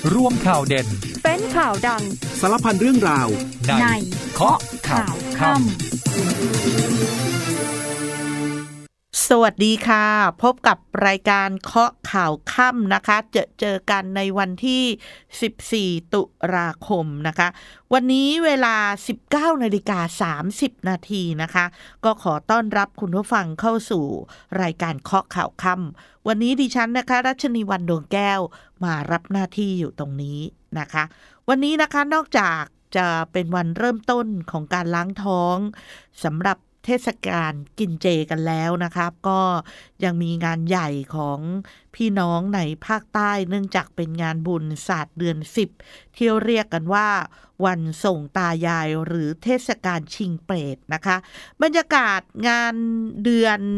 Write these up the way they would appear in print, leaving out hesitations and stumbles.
ร่วมข่าวเด่นเป็นข่าวดังสารพันเรื่องราวในเคาะข่าวค่ำสวัสดีค่ะพบกับรายการเคาะข่าวค่ำนะคะเจอกันในวันที่14ตุลาคมนะคะวันนี้เวลา 19:30 นาทีนะคะก็ขอต้อนรับคุณผู้ฟังเข้าสู่รายการเคาะข่าวค่ำวันนี้ดิฉันนะคะรัชนีวรรณดวงแก้วมารับหน้าที่อยู่ตรงนี้นะคะวันนี้นะคะนอกจากจะเป็นวันเริ่มต้นของการล้างท้องสำหรับเทศกาลกินเจกันแล้วนะครับก็ยังมีงานใหญ่ของพี่น้องในภาคใต้เนื่องจากเป็นงานบุญศาสตร์เดือน10ที่เรียกกันว่าวันส่งตายายหรือเทศกาลชิงเปรตนะคะบรรยากาศงานเดือน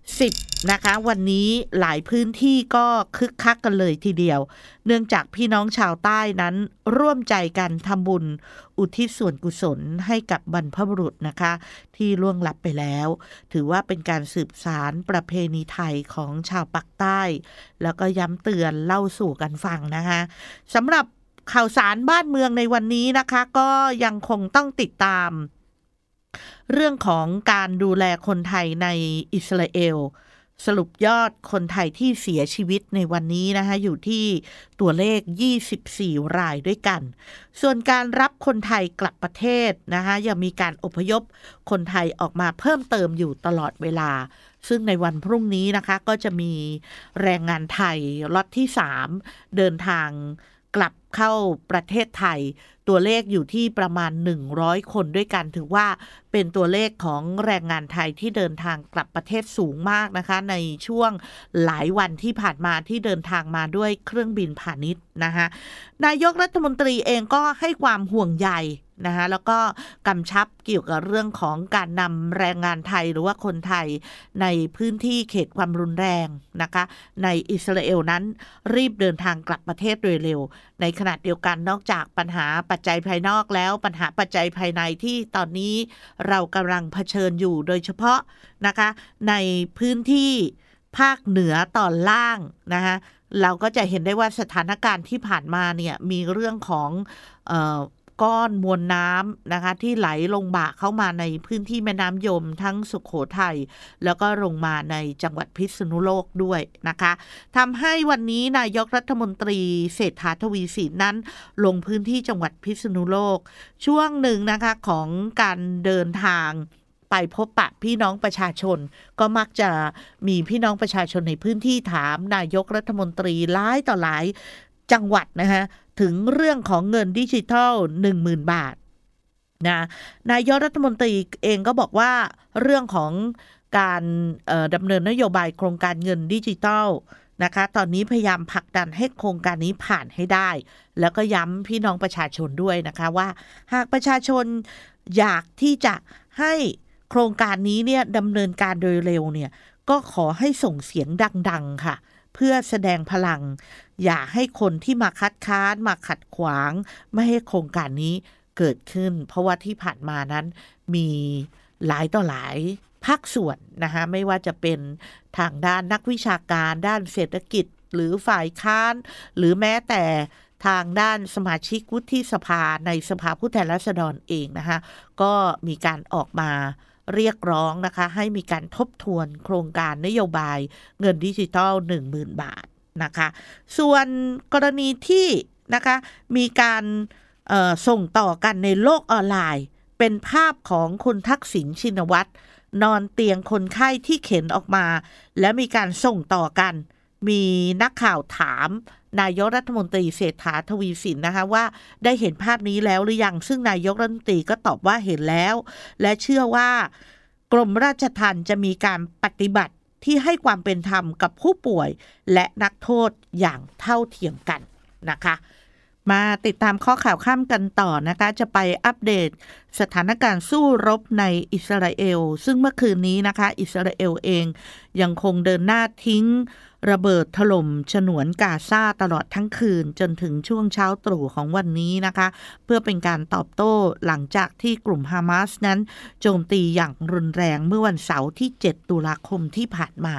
10นะคะวันนี้หลายพื้นที่ก็คึกคักกันเลยทีเดียวเนื่องจากพี่น้องชาวใต้นั้นร่วมใจกันทำบุญอุทิศส่วนกุศลให้กับบรรพบุรุษนะคะที่ล่วงลับไปแล้วถือว่าเป็นการสืบสานประเพณีไทยของชาวปากใต้แล้วก็ย้ำเตือนเล่าสู่กันฟังนะคะสำหรับข่าวสารบ้านเมืองในวันนี้นะคะก็ยังคงต้องติดตามเรื่องของการดูแลคนไทยในอิสราเอลสรุปยอดคนไทยที่เสียชีวิตในวันนี้นะคะอยู่ที่ตัวเลข24รายด้วยกันส่วนการรับคนไทยกลับประเทศนะคะยังมีการอพยพคนไทยออกมาเพิ่มเติมอยู่ตลอดเวลาซึ่งในวันพรุ่งนี้นะคะก็จะมีแรงงานไทยล็อตที่3เดินทางกลับเข้าประเทศไทยตัวเลขอยู่ที่ประมาณ100คนด้วยกันถือว่าเป็นตัวเลขของแรงงานไทยที่เดินทางกลับประเทศสูงมากนะคะในช่วงหลายวันที่ผ่านมาที่เดินทางมาด้วยเครื่องบินพาณิชย์นะคะนายกรัฐมนตรีเองก็ให้ความห่วงใยนะคะแล้วก็กำชับเกี่ยวกับเรื่องของการนำแรงงานไทยหรือว่าคนไทยในพื้นที่เขตความรุนแรงนะคะในอิสราเอลนั้นรีบเดินทางกลับประเทศโดยเร็วในขณะเดียวกันนอกจากปัญหาปัจจัยภายนอกแล้วปัญหาปัจจัยภายในที่ตอนนี้เรากำลังเผชิญอยู่โดยเฉพาะนะคะในพื้นที่ภาคเหนือตอนล่างนะคะเราก็จะเห็นได้ว่าสถานการณ์ที่ผ่านมาเนี่ยมีเรื่องของก้อนมวลน้ำนะคะที่ไหลลงบ่าเข้ามาในพื้นที่แม่น้ำยมทั้งสุโขทัยแล้วก็ลงมาในจังหวัดพิษณุโลกด้วยนะคะทำให้วันนี้นายกรัฐมนตรีเศรษฐาทวีสินนั้นลงพื้นที่จังหวัดพิษณุโลกช่วงหนึ่งนะคะของการเดินทางไปพบปะพี่น้องประชาชนก็มักจะมีพี่น้องประชาชนในพื้นที่ถามนายกรัฐมนตรีหลายต่อหลายจังหวัดนะคะถึงเรื่องของเงินดิจิทัล 10,000 บาทนะนายกรัฐมนตรีเองก็บอกว่าเรื่องของการดำเนินนโยบายโครงการเงินดิจิทัลนะคะตอนนี้พยายามผลักดันให้โครงการนี้ผ่านให้ได้แล้วก็ย้ำพี่น้องประชาชนด้วยนะคะว่าหากประชาชนอยากที่จะให้โครงการนี้เนี่ยดำเนินการโดยเร็วเนี่ยก็ขอให้ส่งเสียงดังๆค่ะเพื่อแสดงพลังอย่าให้คนที่มาคัดค้านมาขัดขวางไม่ให้โครงการนี้เกิดขึ้นเพราะว่าที่ผ่านมานั้นมีหลายต่อหลายภาคส่วนนะคะไม่ว่าจะเป็นทางด้านนักวิชาการด้านเศรษฐกิจหรือฝ่ายค้านหรือแม้แต่ทางด้านสมาชิกวุฒิสภาในสภาผู้แทนราษฎรเองนะคะก็มีการออกมาเรียกร้องนะคะให้มีการทบทวนโครงการนโยบายเงินดิจิทัล 10,000 บาทนะคะส่วนกรณีที่นะคะมีการส่งต่อกันในโลกออนไลน์เป็นภาพของคุณทักษิณชินวัตรนอนเตียงคนไข้ที่เข็นออกมาและมีการส่งต่อกันมีนักข่าวถามนายกรัฐมนตรีเศรษฐาทวีสินนะคะว่าได้เห็นภาพนี้แล้วหรือยังซึ่งนายกรัฐมนตรีก็ตอบว่าเห็นแล้วและเชื่อว่ากรมราชทัณฑ์จะมีการปฏิบัติที่ให้ความเป็นธรรมกับผู้ป่วยและนักโทษอย่างเท่าเทียมกันนะคะมาติดตามข้อข่าวข้ามกันต่อนะคะจะไปอัปเดตสถานการณ์สู้รบในอิสราเอลซึ่งเมื่อคืนนี้นะคะอิสราเอลเองยังคงเดินหน้าทิ้งระเบิดถล่มฉนวนกาซาตลอดทั้งคืนจนถึงช่วงเช้าตรู่ของวันนี้นะคะเพื่อเป็นการตอบโต้หลังจากที่กลุ่มฮามาสนั้นโจมตีอย่างรุนแรงเมื่อวันเสาร์ที่7ตุลาคมที่ผ่านมา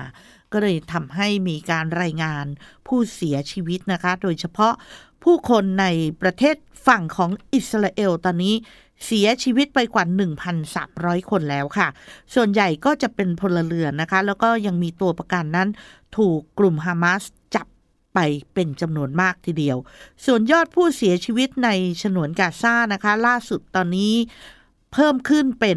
ก็เลยทำให้มีการรายงานผู้เสียชีวิตนะคะโดยเฉพาะผู้คนในประเทศฝั่งของอิสราเอลตอนนี้เสียชีวิตไปกว่า 1,300 คนแล้วค่ะส่วนใหญ่ก็จะเป็นพลเรือนนะคะแล้วก็ยังมีตัวประกันนั้นถูกกลุ่มฮามาสจับไปเป็นจำนวนมากทีเดียวส่วนยอดผู้เสียชีวิตในฉนวนกาซานะคะล่าสุดตอนนี้เพิ่มขึ้นเป็น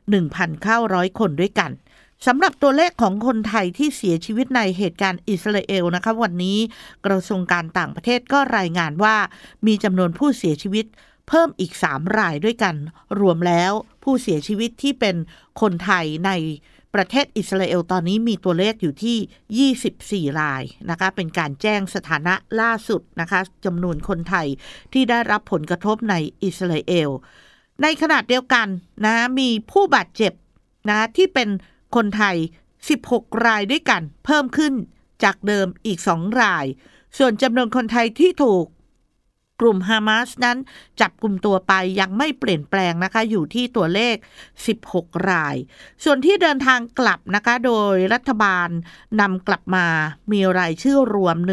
1,900 คนด้วยกันสำหรับตัวเลขของคนไทยที่เสียชีวิตในเหตุการณ์อิสราเอลนะคะวันนี้กระทรวงการต่างประเทศก็รายงานว่ามีจำนวนผู้เสียชีวิตเพิ่มอีก3รายด้วยกันรวมแล้วผู้เสียชีวิตที่เป็นคนไทยในประเทศอิสราเอลตอนนี้มีตัวเลขอยู่ที่24รายนะคะเป็นการแจ้งสถานะล่าสุดนะคะจำนวนคนไทยที่ได้รับผลกระทบในอิสราเอลในขณะเดียวกันนะมีผู้บาดเจ็บนะที่เป็นคนไทย16รายด้วยกันเพิ่มขึ้นจากเดิมอีก2รายส่วนจำนวนคนไทยที่ถูกกลุ่มฮามาสนั้นจับกลุ่มตัวไปยังไม่เปลี่ยนแปลงนะคะอยู่ที่ตัวเลข16รายส่วนที่เดินทางกลับนะคะโดยรัฐบาลนำกลับมามีรายชื่อรวม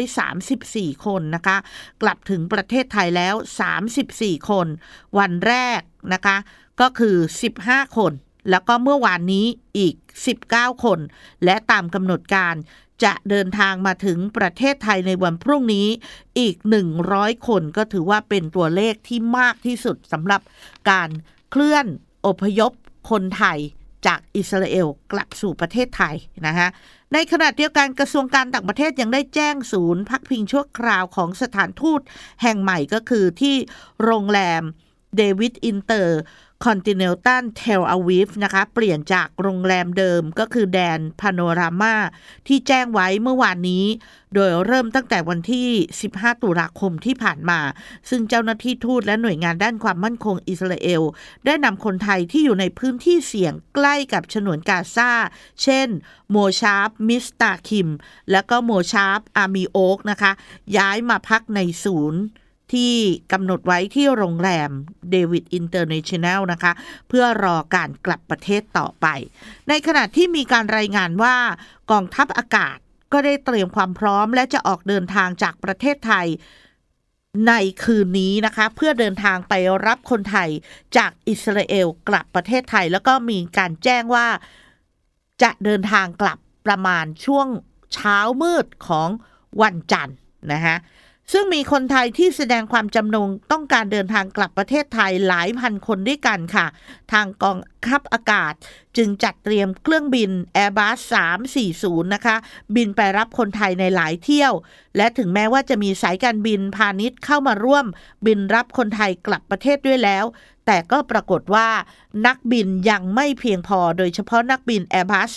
134คนนะคะกลับถึงประเทศไทยแล้ว34คนวันแรกนะคะก็คือ15คนแล้วก็เมื่อวานนี้อีก19คนและตามกำหนดการจะเดินทางมาถึงประเทศไทยในวันพรุ่งนี้อีก100คนก็ถือว่าเป็นตัวเลขที่มากที่สุดสำหรับการเคลื่อนอพยพคนไทยจากอิสราเอลกลับสู่ประเทศไทยนะคะในขณะเดียวกันกระทรวงการต่างประเทศยังได้แจ้งศูนย์พักพิงชั่วคราวของสถานทูตแห่งใหม่ก็คือที่โรงแรมเดวิดอินเตอร์คอนติเนนตัลเทลอาวีฟนะคะเปลี่ยนจากโรงแรมเดิมก็คือแดนพาโนรามาที่แจ้งไว้เมื่อวานนี้โดยเริ่มตั้งแต่วันที่15ตุลาคมที่ผ่านมาซึ่งเจ้าหน้าที่ทูตและหน่วยงานด้านความมั่นคงอิสราเอลได้นำคนไทยที่อยู่ในพื้นที่เสี่ยงใกล้กับฉนวนกาซาเช่นโมชาฟมิสตาคิมและก็โมชาฟอามีโอกนะคะย้ายมาพักในศูนย์ที่กำหนดไว้ที่โรงแรมเดวิดอินเตอร์เนชั่นแนลนะคะเพื่อรอการกลับประเทศต่อไปในขณะที่มีการรายงานว่ากองทัพอากาศก็ได้เตรียมความพร้อมและจะออกเดินทางจากประเทศไทยในคืนนี้นะคะเพื่อเดินทางไปรับคนไทยจากอิสราเอลกลับประเทศไทยแล้วก็มีการแจ้งว่าจะเดินทางกลับประมาณช่วงเช้ามืดของวันจันทร์นะคะซึ่งมีคนไทยที่แสดงความจำนงต้องการเดินทางกลับประเทศไทยหลายพันคนด้วยกันค่ะทางกองทัพอากาศจึงจัดเตรียมเครื่องบิน Airbus 340นะคะบินไปรับคนไทยในหลายเที่ยวและถึงแม้ว่าจะมีสายการบินพาณิชย์เข้ามาร่วมบินรับคนไทยกลับประเทศด้วยแล้วแต่ก็ปรากฏว่านักบินยังไม่เพียงพอโดยเฉพาะนักบิน Airbus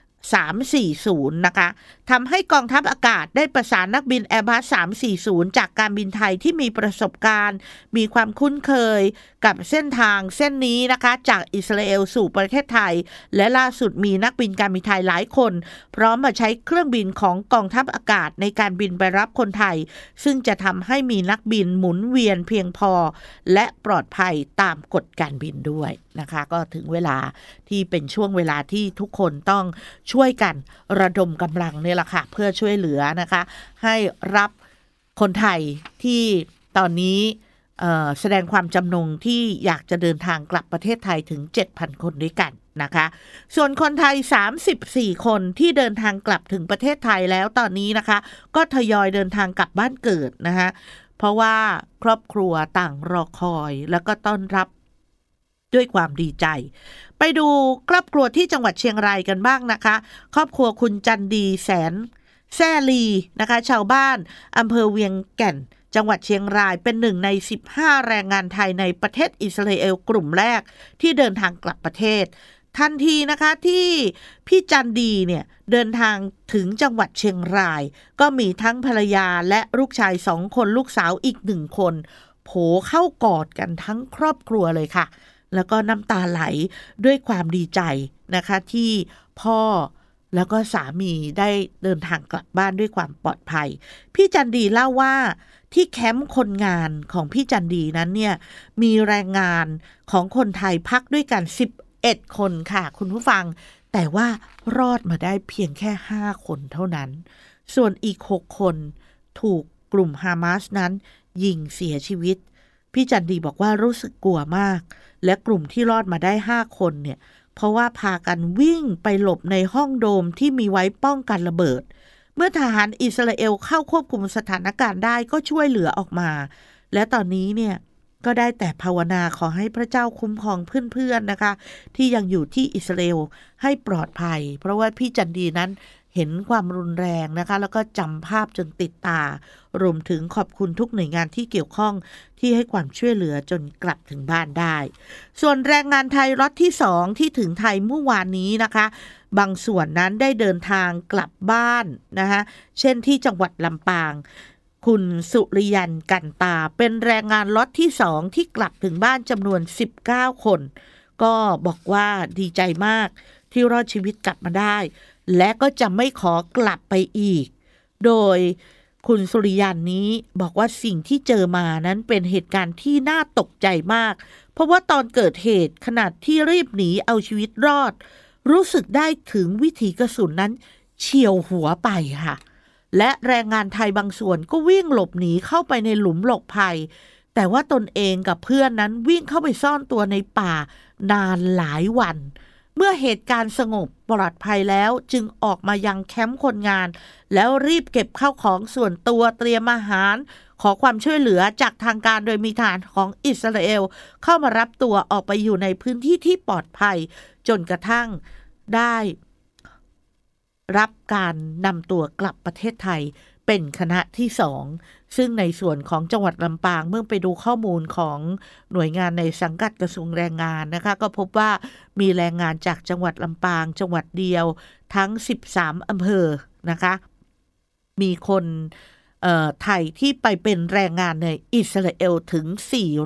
340นะคะทำให้กองทัพอากาศได้ประสานนักบิน Airbus 340จากการบินไทยที่มีประสบการณ์มีความคุ้นเคยกับเส้นทางเส้นนี้นะคะจากอิสราเอลสู่ประเทศไทยและล่าสุดมีนักบินการบินไทยหลายคนพร้อมมาใช้เครื่องบินของกองทัพอากาศในการบินไปรับคนไทยซึ่งจะทำให้มีนักบินหมุนเวียนเพียงพอและปลอดภัยตามกฎการบินด้วยนะคะก็ถึงเวลาที่เป็นช่วงเวลาที่ทุกคนต้องช่วยกันระดมกำลังเนี่ยแหละค่ะเพื่อช่วยเหลือนะคะให้รับคนไทยที่ตอนนี้แสดงความจำนงที่อยากจะเดินทางกลับประเทศไทยถึง 7,000 คนด้วยกันนะคะส่วนคนไทย34คนที่เดินทางกลับถึงประเทศไทยแล้วตอนนี้นะคะก็ทยอยเดินทางกลับบ้านเกิดนะคะเพราะว่าครอบครัวต่างรอคอยแล้วก็ต้อนรับด้วยความดีใจไปดูครอบครัวที่จังหวัดเชียงรายกันบ้างนะคะครอบครัวคุณจันดีแสนแซ่ลีนะคะชาวบ้านอำเภอเวียงแก่นจังหวัดเชียงรายเป็นหนึ่งใน15แรงงานไทยในประเทศอิสราเอลกลุ่มแรกที่เดินทางกลับประเทศทันทีนะคะที่พี่จันดีเนี่ยเดินทางถึงจังหวัดเชียงรายก็มีทั้งภรรยาและลูกชาย2คนลูกสาวอีก1คนโผเข้ากอดกันทั้งครอบครัวเลยค่ะแล้วก็น้ำตาไหลด้วยความดีใจนะคะที่พ่อแล้วก็สามีได้เดินทางกลับบ้านด้วยความปลอดภัยพี่จันดีเล่าว่าที่แคมป์คนงานของพี่จันดีนั้นเนี่ยมีแรงงานของคนไทยพักด้วยกัน11คนค่ะคุณผู้ฟังแต่ว่ารอดมาได้เพียงแค่5 คนเท่านั้นส่วนอีก6 คนถูกกลุ่มฮามาสนั้นยิงเสียชีวิตพี่จันดีบอกว่ารู้สึกกลัวมากและกลุ่มที่รอดมาได้5 คนเนี่ยเพราะว่าพากันวิ่งไปหลบในห้องโดมที่มีไว้ป้องกันระเบิดเมื่อทหารอิสราเอลเข้าควบคุมสถานการณ์ได้ก็ช่วยเหลือออกมาและตอนนี้เนี่ยก็ได้แต่ภาวนาขอให้พระเจ้าคุ้มครองเพื่อนๆนะคะที่ยังอยู่ที่อิสราเอลให้ปลอดภัยเพราะว่าพี่จันดีนั้นเห็นความรุนแรงนะคะแล้วก็จำภาพจนติดตารวมถึงขอบคุณทุกหน่วยงานที่เกี่ยวข้องที่ให้ความช่วยเหลือจนกลับถึงบ้านได้ส่วนแรงงานไทยล็อตที่2ที่ถึงไทยเมื่อวานนี้นะคะบางส่วนนั้นได้เดินทางกลับบ้านนะคะเช่นที่จังหวัดลำปางคุณสุริยันกันตาเป็นแรงงานล็อตที่2ที่กลับถึงบ้านจำนวน19 คนก็บอกว่าดีใจมากที่รอดชีวิตกลับมาได้และก็จะไม่ขอกลับไปอีกโดยคุณสุริยันนี้บอกว่าสิ่งที่เจอมานั้นเป็นเหตุการณ์ที่น่าตกใจมากเพราะว่าตอนเกิดเหตุขณะที่รีบหนีเอาชีวิตรอดรู้สึกได้ถึงวิถีกระสุนนั้นเฉี่ยวหัวไปค่ะและแรงงานไทยบางส่วนก็วิ่งหลบหนีเข้าไปในหลุมหลบภัยแต่ว่าตนเองกับเพื่อนนั้นวิ่งเข้าไปซ่อนตัวในป่านานหลายวันเมื่อเหตุการณ์สงบปลอดภัยแล้วจึงออกมายังแคมป์คนงานแล้วรีบเก็บข้าวของส่วนตัวเตรียมอาหารขอความช่วยเหลือจากทางการโดยมีทหารของอิสราเอลเข้ามารับตัวออกไปอยู่ในพื้นที่ที่ปลอดภัยจนกระทั่งได้รับการนำตัวกลับประเทศไทยเป็นคณะที่2ซึ่งในส่วนของจังหวัดลำปางเมื่อไปดูข้อมูลของหน่วยงานในสังกัดกระทรวงแรงงานนะคะก็พบว่ามีแรงงานจากจังหวัดลำปางจังหวัดเดียวทั้ง13อำเภอนะคะมีคนไทยที่ไปเป็นแรงงานในอิสราเอลถึง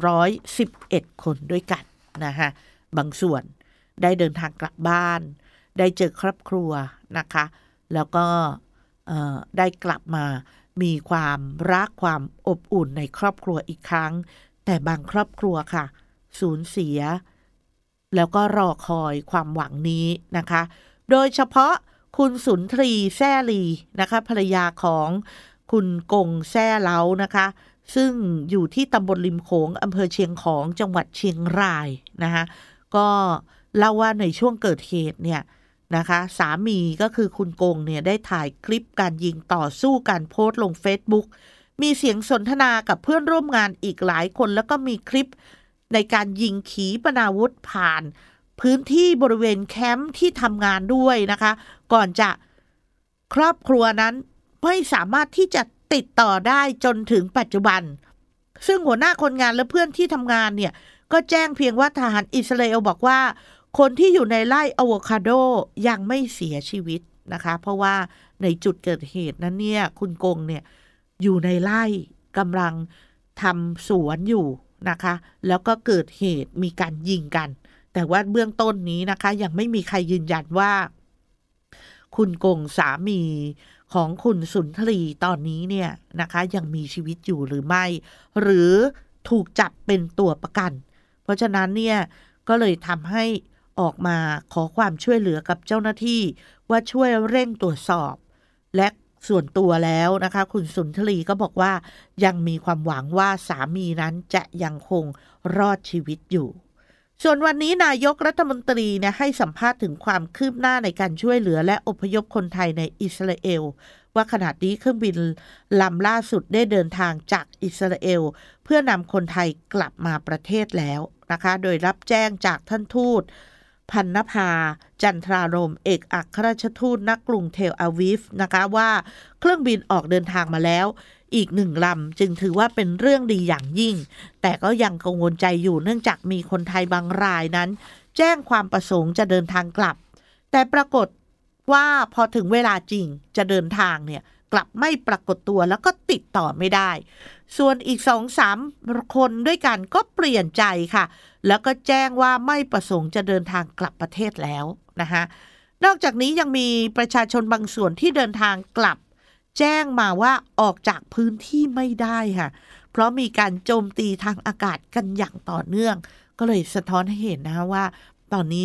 411 คนด้วยกันนะคะบางส่วนได้เดินทางกลับบ้านได้เจอครอบครัวนะคะแล้วก็ได้กลับมามีความรักความอบอุ่นในครอบครัวอีกครั้งแต่บางครอบครัวค่ะสูญเสียแล้วก็รอคอยความหวังนี้นะคะโดยเฉพาะคุณสุนทรีแซ่ลีนะคะภรรยาของคุณกงแซ่เล้านะคะซึ่งอยู่ที่ตำบลริมโขงอำเภอเชียงของจังหวัดเชียงรายนะคะก็เล่าว่าในช่วงเกิดเหตุเนี่ยนะคะสามีก็คือคุณกงเนี่ยได้ถ่ายคลิปการยิงต่อสู้การโพสต์ลง Facebook มีเสียงสนทนากับเพื่อนร่วมงานอีกหลายคนแล้วก็มีคลิปในการยิงขีปนาวุธผ่านพื้นที่บริเวณแคมป์ที่ทำงานด้วยนะคะก่อนจะครอบครัวนั้นไม่สามารถที่จะติดต่อได้จนถึงปัจจุบันซึ่งหัวหน้าคนงานและเพื่อนที่ทำงานเนี่ยก็แจ้งเพียงว่าทหารอิสราเอลบอกว่าคนที่อยู่ในไร่อะโวคาโดยังไม่เสียชีวิตนะคะเพราะว่าในจุดเกิดเหตุนั้นเนี่ยคุณกงเนี่ยอยู่ในไร่กำลังทำสวนอยู่นะคะแล้วก็เกิดเหตุมีการยิงกันแต่ว่าเบื้องต้นนี้นะคะยังไม่มีใครยืนยันว่าคุณกงสามีของคุณสุนทรีตอนนี้เนี่ยนะคะยังมีชีวิตอยู่หรือไม่หรือถูกจับเป็นตัวประกันเพราะฉะนั้นเนี่ยก็เลยทำให้ออกมาขอความช่วยเหลือกับเจ้าหน้าที่ว่าช่วยเร่งตรวจสอบและส่วนตัวแล้วนะคะคุณสุนทรีก็บอกว่ายังมีความหวังว่าสามีนั้นจะยังคงรอดชีวิตอยู่ส่วนวันนี้นายกรัฐมนตรีเนี่ยให้สัมภาษณ์ถึงความคืบหน้าในการช่วยเหลือและอพยพคนไทยในอิสราเอลว่าขณะนี้เครื่องบินลำล่าสุดได้เดินทางจากอิสราเอลเพื่อนำคนไทยกลับมาประเทศแล้วนะคะโดยรับแจ้งจากท่านทูตพันนภาจันทรารมเอกอัครราชทูตณกรุงเทลอาวีฟนะคะว่าเครื่องบินออกเดินทางมาแล้วอีก1 ลำจึงถือว่าเป็นเรื่องดีอย่างยิ่งแต่ก็ยังกังวลใจอยู่เนื่องจากมีคนไทยบางรายนั้นแจ้งความประสงค์จะเดินทางกลับแต่ปรากฏว่าพอถึงเวลาจริงจะเดินทางเนี่ยกลับไม่ปรากฏตัวแล้วก็ติดต่อไม่ได้ส่วนอีก 2-3 คนด้วยกันก็เปลี่ยนใจค่ะแล้วก็แจ้งว่าไม่ประสงค์จะเดินทางกลับประเทศแล้วนะคะนอกจากนี้ยังมีประชาชนบางส่วนที่เดินทางกลับแจ้งมาว่าออกจากพื้นที่ไม่ได้ค่ะเพราะมีการโจมตีทางอากาศกันอย่างต่อเนื่องก็เลยสะท้อนให้เห็นนะคะว่าตอนนี้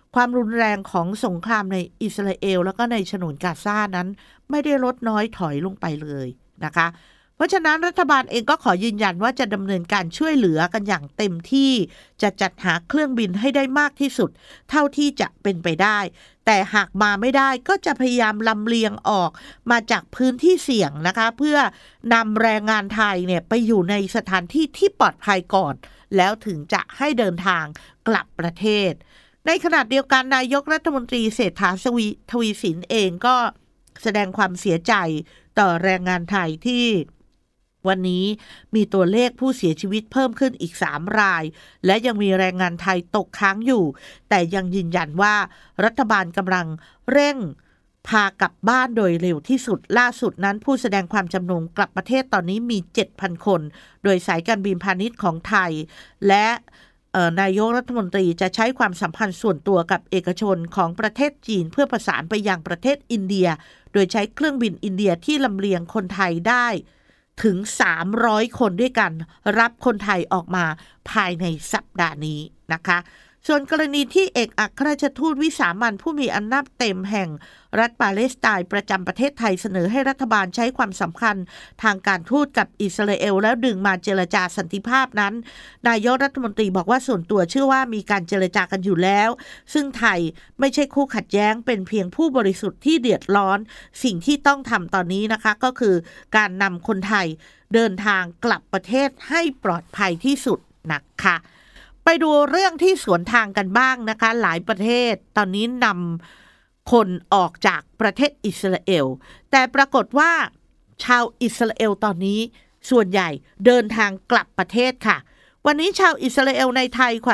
ความรุนแรงของสงครามในอิสราเอลแล้วก็ในฉนวนกาซานั้นไม่ได้ลดน้อยถอยลงไปเลยนะคะเพราะฉะนั้นรัฐบาลเองก็ขอยืนยันว่าจะดำเนินการช่วยเหลือกันอย่างเต็มที่จะจัดหาเครื่องบินให้ได้มากที่สุดเท่าที่จะเป็นไปได้แต่หากมาไม่ได้ก็จะพยายามลำเลียงออกมาจากพื้นที่เสี่ยงนะคะเพื่อนำแรงงานไทยเนี่ยไปอยู่ในสถานที่ที่ปลอดภัยก่อนแล้วถึงจะให้เดินทางกลับประเทศในขณะเดียวกันนายกรัฐมนตรีเศรษฐาทวีสินเองก็แสดงความเสียใจต่อแรงงานไทยที่วันนี้มีตัวเลขผู้เสียชีวิตเพิ่มขึ้นอีก3รายและยังมีแรงงานไทยตกค้างอยู่แต่ยังยืนยันว่ารัฐบาลกำลังเร่งพากลับบ้านโดยเร็วที่สุดล่าสุดนั้นผู้แสดงความจำนงกลับประเทศตอนนี้มี 7,000 คนโดยสายการบินพาณิชย์ของไทยและนายกรัฐมนตรีจะใช้ความสัมพันธ์ส่วนตัวกับเอกชนของประเทศจีนเพื่อประสานไปยังประเทศอินเดียโดยใช้เครื่องบินอินเดียที่ลำเลียงคนไทยได้ถึง300คนด้วยกันรับคนไทยออกมาภายในสัปดาห์นี้นะคะส่วนกรณีที่เอกอัครราชทูตวิสามัญผู้มีอำนาจเต็มแห่งรัฐปาเลสไตน์ประจำประเทศไทยเสนอให้รัฐบาลใช้ความสำคัญทางการทูตกับอิสราเอลแล้วดึงมาเจรจาสันติภาพนั้นนายกรัฐมนตรีบอกว่าส่วนตัวเชื่อว่ามีการเจรจากันอยู่แล้วซึ่งไทยไม่ใช่คู่ขัดแย้งเป็นเพียงผู้บริสุทธิ์ที่เดือดร้อนสิ่งที่ต้องทำตอนนี้นะคะก็คือการนำคนไทยเดินทางกลับประเทศให้ปลอดภัยที่สุดนะคะไปดูเรื่องที่สวนทางกันบ้างนะคะหลายประเทศตอนนี้นำคนออกจากประเทศอิสราเอลแต่ปรากฏว่าชาวอิสราเอลตอนนี้ส่วนใหญ่เดินทางกลับประเทศค่ะวันนี้ชาวอิสราเอลในไทยกว่า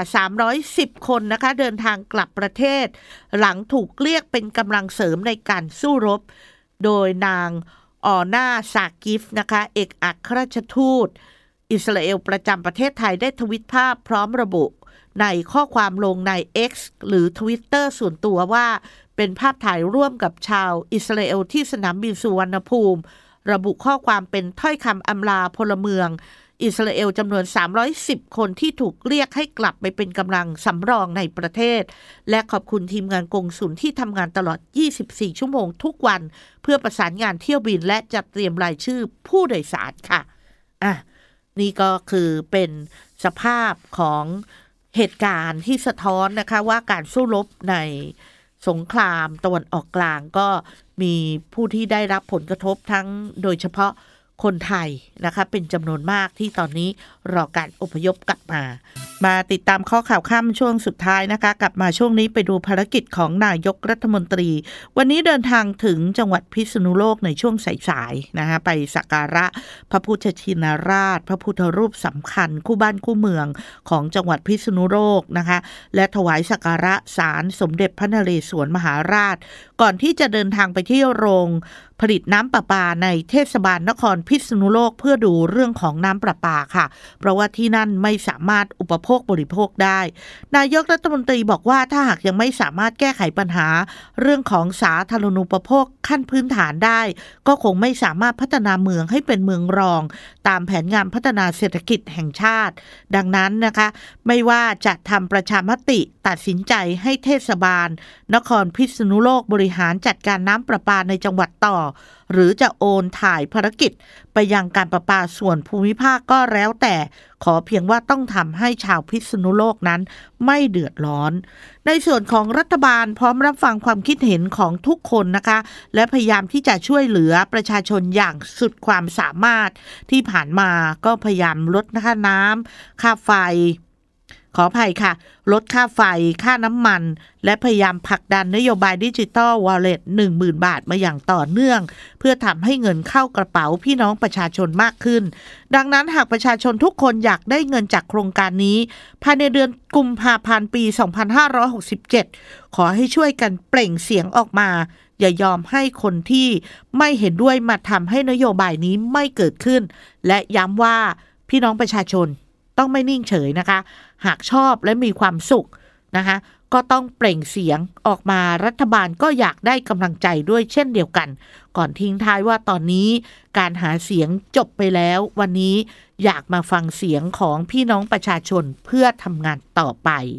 310คนนะคะเดินทางกลับประเทศหลังถูกเรียกเป็นกำลังเสริมในการสู้รบโดยนางออน่าซากิฟนะคะเอกอัครราชทูตอิสราเอลประจำประเทศไทยได้ทวิตภาพพร้อมระบุในข้อความลงใน X หรือ Twitter ส่วนตัวว่าเป็นภาพถ่ายร่วมกับชาวอิสราเอลที่สนามบินสุวรรณภูมิระบุข้อความเป็นถ้อยคำอำลาพลเมืองอิสราเอลจำนวน310คนที่ถูกเรียกให้กลับไปเป็นกำลังสำรองในประเทศและขอบคุณทีมงานกงสุลที่ทำงานตลอด24ชั่วโมงทุกวันเพื่อประสานงานเที่ยวบินและจัดเตรียมรายชื่อผู้โดยสารค่ะนี่ก็คือเป็นสภาพของเหตุการณ์ที่สะท้อนนะคะว่าการสู้รบในสงครามตะวันออกกลางก็มีผู้ที่ได้รับผลกระทบทั้งโดยเฉพาะคนไทยนะคะเป็นจำนวนมากที่ตอนนี้รอการอพยพกลับมาติดตามข้อข่าวค่ำช่วงสุดท้ายนะคะกลับมาช่วงนี้ไปดูภารกิจของนายกรัฐมนตรีวันนี้เดินทางถึงจังหวัดพิษณุโลกในช่วงสายๆนะคะไปสักการะพระพุทธชินราชพระพุทธรูปสำคัญคู่บ้านคู่เมืองของจังหวัดพิษณุโลกนะคะและถวายสักการะศาลสมเด็จพระนเรศวรมหาราชก่อนที่จะเดินทางไปที่โรงผลิตน้ำประปาในเทศบาลนครพิษณุโลกเพื่อดูเรื่องของน้ำประปาค่ะเพราะว่าที่นั่นไม่สามารถอุปโภคบริโภคได้นายกรัฐมนตรีบอกว่าถ้าหากยังไม่สามารถแก้ไขปัญหาเรื่องของสาธารณูปโภคขั้นพื้นฐานได้ก็คงไม่สามารถพัฒนาเมืองให้เป็นเมืองรองตามแผนงานพัฒนาเศรษฐกิจแห่งชาติดังนั้นนะคะไม่ว่าจะทำประชามติตัดสินใจให้เทศบาลนครพิษณุโลกบริหารจัดการน้ำประปาในจังหวัดต่อหรือจะโอนถ่ายภารกิจไปยังการประปาส่วนภูมิภาคก็แล้วแต่ขอเพียงว่าต้องทำให้ชาวพิษณุโลกนั้นไม่เดือดร้อนในส่วนของรัฐบาลพร้อมรับฟังความคิดเห็นของทุกคนนะคะและพยายามที่จะช่วยเหลือประชาชนอย่างสุดความสามารถที่ผ่านมาก็พยายามลดค่าน้ำค่าไฟขออภัยค่ะลดค่าไฟค่าน้ำมันและพยายามผลักดันนโยบายดิจิทัลวอลเล็ต 10,000 บาทมาอย่างต่อเนื่องเพื่อทำให้เงินเข้ากระเป๋าพี่น้องประชาชนมากขึ้นดังนั้นหากประชาชนทุกคนอยากได้เงินจากโครงการนี้ภายในเดือนกุมภาพันธ์ปี 2567 ขอให้ช่วยกันเปล่งเสียงออกมาอย่ายอมให้คนที่ไม่เห็นด้วยมาทำให้นโยบายนี้ไม่เกิดขึ้นและย้ำว่าพี่น้องประชาชนต้องไม่นิ่งเฉยนะคะหากชอบและมีความสุขนะคะก็ต้องเปล่งเสียงออกมารัฐบาลก็อยากได้กำลังใจด้วยเช่นเดียวกันก่อนทิ้งท้ายว่าตอนนี้การหาเสียงจบไปแล้ววันนี้อยากมาฟังเสียงของพี่น้องประชาชนเพื่อทำงานต่อไป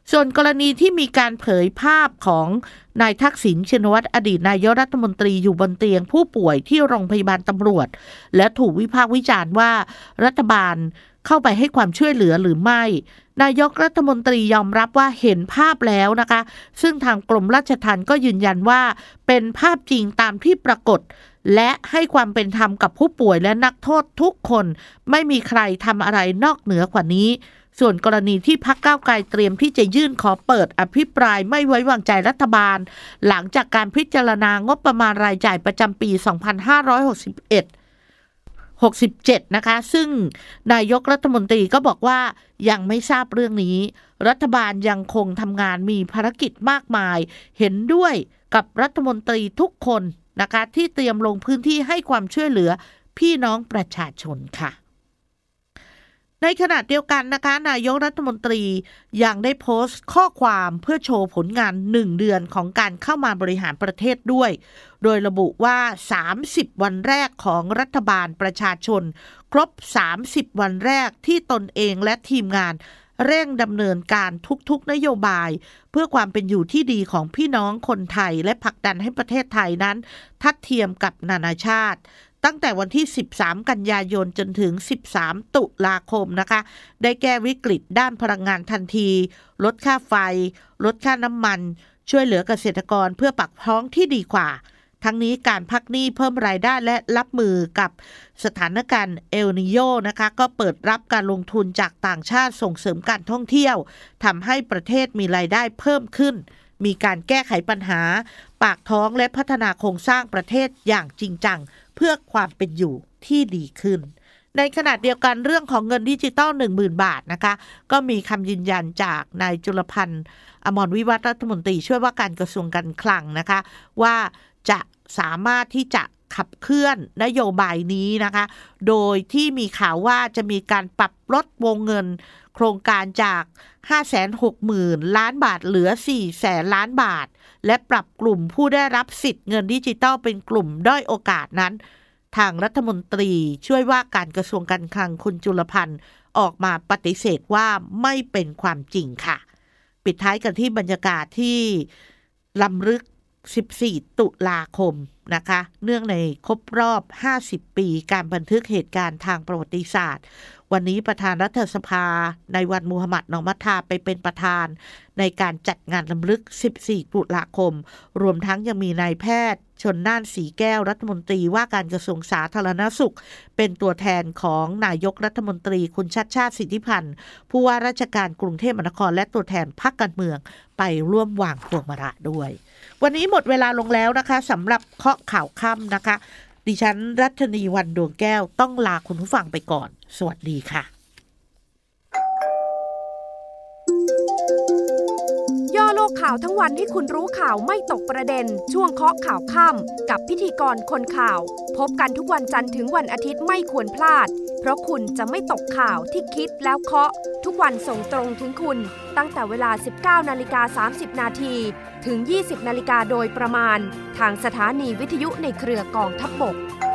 ส่วนกรณีที่มีการเผยภาพของนายทักษิณชินวัตรอดีตนายกรัฐมนตรีอยู่บนเตียงผู้ป่วยที่โรงพยาบาลตำรวจและถูกวิพากษ์วิจารณ์ว่ารัฐบาลเข้าไปให้ความช่วยเหลือหรือไม่นายกรัฐมนตรียอมรับว่าเห็นภาพแล้วนะคะซึ่งทางกรมราชทัณฑ์ก็ยืนยันว่าเป็นภาพจริงตามที่ปรากฏและให้ความเป็นธรรมกับผู้ป่วยและนักโทษทุกคนไม่มีใครทำอะไรนอกเหนือกว่านี้ส่วนกรณีที่พรรคก้าวไกลเตรียมที่จะยื่นขอเปิดอภิปรายไม่ไว้วางใจรัฐบาลหลังจากการพิจารณางบประมาณรายจ่ายประจำปี 2567 นะคะซึ่งนายกรัฐมนตรีก็บอกว่ายังไม่ทราบเรื่องนี้รัฐบาลยังคงทำงานมีภารกิจมากมายเห็นด้วยกับรัฐมนตรีทุกคนนะคะที่เตรียมลงพื้นที่ให้ความช่วยเหลือพี่น้องประชาชนค่ะในขณะเดียวกันนะคะนายกรัฐมนตรียังได้โพสต์ข้อความเพื่อโชว์ผลงาน1 เดือนของการเข้ามาบริหารประเทศด้วยโดยระบุว่า30 วันแรกของรัฐบาลประชาชนครบ30 วันแรกที่ตนเองและทีมงานเร่งดำเนินการทุกๆนโยบายเพื่อความเป็นอยู่ที่ดีของพี่น้องคนไทยและผลักดันให้ประเทศไทยนั้นทัดเทียมกับนานาชาติตั้งแต่วันที่13 กันยายนจนถึง13 ตุลาคมนะคะได้แก้วิกฤตด้านพลังงานทันทีลดค่าไฟลดค่าน้ำมันช่วยเหลือเกษตรกรเพื่อปากท้องที่ดีกว่าทั้งนี้การพักหนี้เพิ่มรายได้และรับมือกับสถานการณ์เอลนิโญนะคะก็เปิดรับการลงทุนจากต่างชาติส่งเสริมการท่องเที่ยวทำให้ประเทศมีรายได้เพิ่มขึ้นมีการแก้ไขปัญหาปากท้องและพัฒนาโครงสร้างประเทศอย่างจริงจังเพื่อความเป็นอยู่ที่ดีขึ้นในขณะเดียวกันเรื่องของเงินดิจิตอล 10,000 บาทนะคะก็มีคำยืนยันจากนายจุลพันธ์อมรวิวัฒน์รัฐมนตรีช่วยว่าการกระทรวงการคลังนะคะว่าจะสามารถที่จะขับเคลื่อนนโยบายนี้นะคะโดยที่มีข่าวว่าจะมีการปรับลดวงเงินโครงการจาก 560,000 ล้านบาทเหลือ 400,000 ล้านบาทและปรับกลุ่มผู้ได้รับสิทธิ์เงินดิจิตอลเป็นกลุ่มด้อยโอกาสนั้นทางรัฐมนตรีช่วยว่าการกระทรวงการคลังคุณจุลพันธ์ออกมาปฏิเสธว่าไม่เป็นความจริงค่ะปิดท้ายกันที่บรรยากาศที่รำลึก14 ตุลาคมนะคะเนื่องในครบรอบ50 ปีการบันทึกเหตุการณ์ทางประวัติศาสตร์วันนี้ประธานรัฐสภาในวันมูฮัมหมัดนอมัตทาไปเป็นประธานในการจัดงานรำลึก14 ตุลาคมรวมทั้งยังมีนายแพทย์ชลน่านสีแก้วรัฐมนตรีว่าการกระทรวงสาธารณสุขเป็นตัวแทนของนายกรัฐมนตรีคุณชัชชาติสิทธิพันธ์ผู้ว่าราชการกรุงเทพมหานครและตัวแทนพรรคการเมืองไปร่วมวางพวงมาลัยด้วยวันนี้หมดเวลาลงแล้วนะคะสำหรับเคาะข่าวค่ำนะคะดิฉันรัชนีวรรณดวงแก้วต้องลาคุณผู้ฟังไปก่อนสวัสดีค่ะย่อโลกข่าวทั้งวันให้คุณรู้ข่าวไม่ตกประเด็นช่วงเคาะข่าวค่ำกับพิธีกรคนข่าวพบกันทุกวันจันทร์ถึงวันอาทิตย์ไม่ควรพลาดเพราะคุณจะไม่ตกข่าวที่คิดแล้วเคาะทุกวันส่งตรงถึงคุณตั้งแต่เวลา 19:30 นาทีถึง 20:00 น.โดยประมาณทางสถานีวิทยุในเครือกองทัพบก